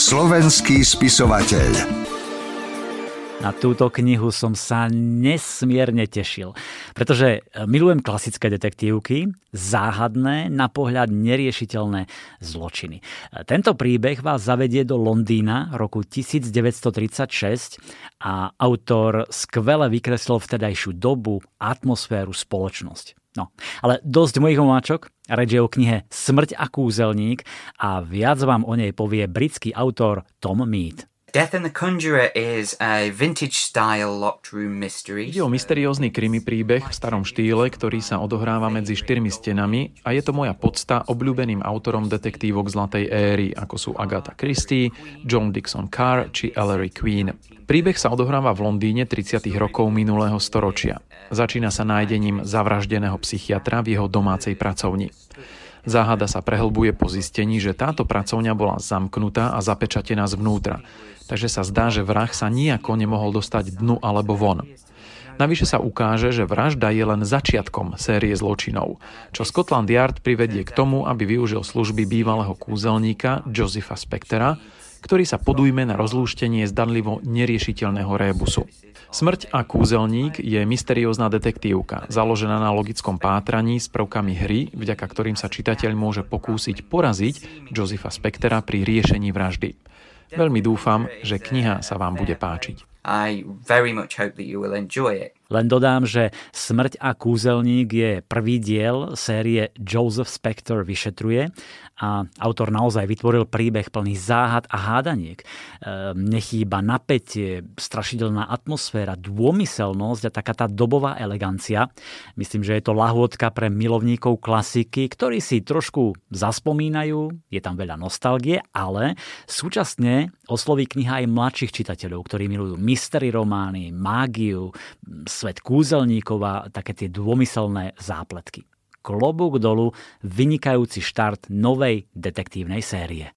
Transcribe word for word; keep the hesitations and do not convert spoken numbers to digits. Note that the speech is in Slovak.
Slovenský spisovateľ. Na túto knihu som sa nesmierne tešil, pretože milujem klasické detektívky, záhadné, na pohľad neriešiteľné zločiny. Tento príbeh vás zavedie do Londýna roku devätnásťtridsaťšesť a autor skvele vykreslil vtedajšiu dobu, atmosféru, spoločnosť. No, ale dosť mojich omáčok, reč je o knihe Smrť a kúzelník a viac vám o nej povie britský autor Tom Mead. Death and the Conjurer is a vintage-style locked room mystery. Ide o mysteriózny krimi príbeh v starom štýle, ktorý sa odohráva medzi štyrmi stenami a je to moja podsta obľúbeným autorom detektívok zlatej éry, ako sú Agatha Christie, John Dixon Carr či Ellery Queen. Príbeh sa odohráva v Londýne tridsiatych rokov minulého storočia. Začína sa nájdením zavraždeného psychiatra v jeho domácej pracovni. Záhada sa prehlbuje po zistení, že táto pracovňa bola zamknutá a zapečatená zvnútra, takže sa zdá, že vrah sa nijako nemohol dostať dnu alebo von. Navyše sa ukáže, že vražda je len začiatkom série zločinov, čo Scotland Yard privedie k tomu, aby využil služby bývalého kúzelníka Josepha Spectora, ktorý sa podujme na rozlúštenie zdanlivo neriešiteľného rébusu. Smrť a kúzelník je mysteriózna detektívka, založená na logickom pátraní s prvkami hry, vďaka ktorým sa čitateľ môže pokúsiť poraziť Josepha Spectora pri riešení vraždy. Veľmi dúfam, že kniha sa vám bude páčiť. I very much hope that you will enjoy it. Len dodám, že Smrť a kúzelník je prvý diel série Joseph Spector vyšetruje a autor naozaj vytvoril príbeh plný záhad a hádaniek. E, nechýba napätie, strašidelná atmosféra, dômyselnosť a taká tá dobová elegancia. Myslím, že je to lahôdka pre milovníkov klasiky, ktorí si trošku zaspomínajú, je tam veľa nostalgie, ale súčasne osloví kniha aj mladších čitateľov, ktorí milujú mystery romány, mágiu, svet kúzelníkov a také tie dômyselné zápletky. Klobúk dolu, vynikajúci štart novej detektívnej série.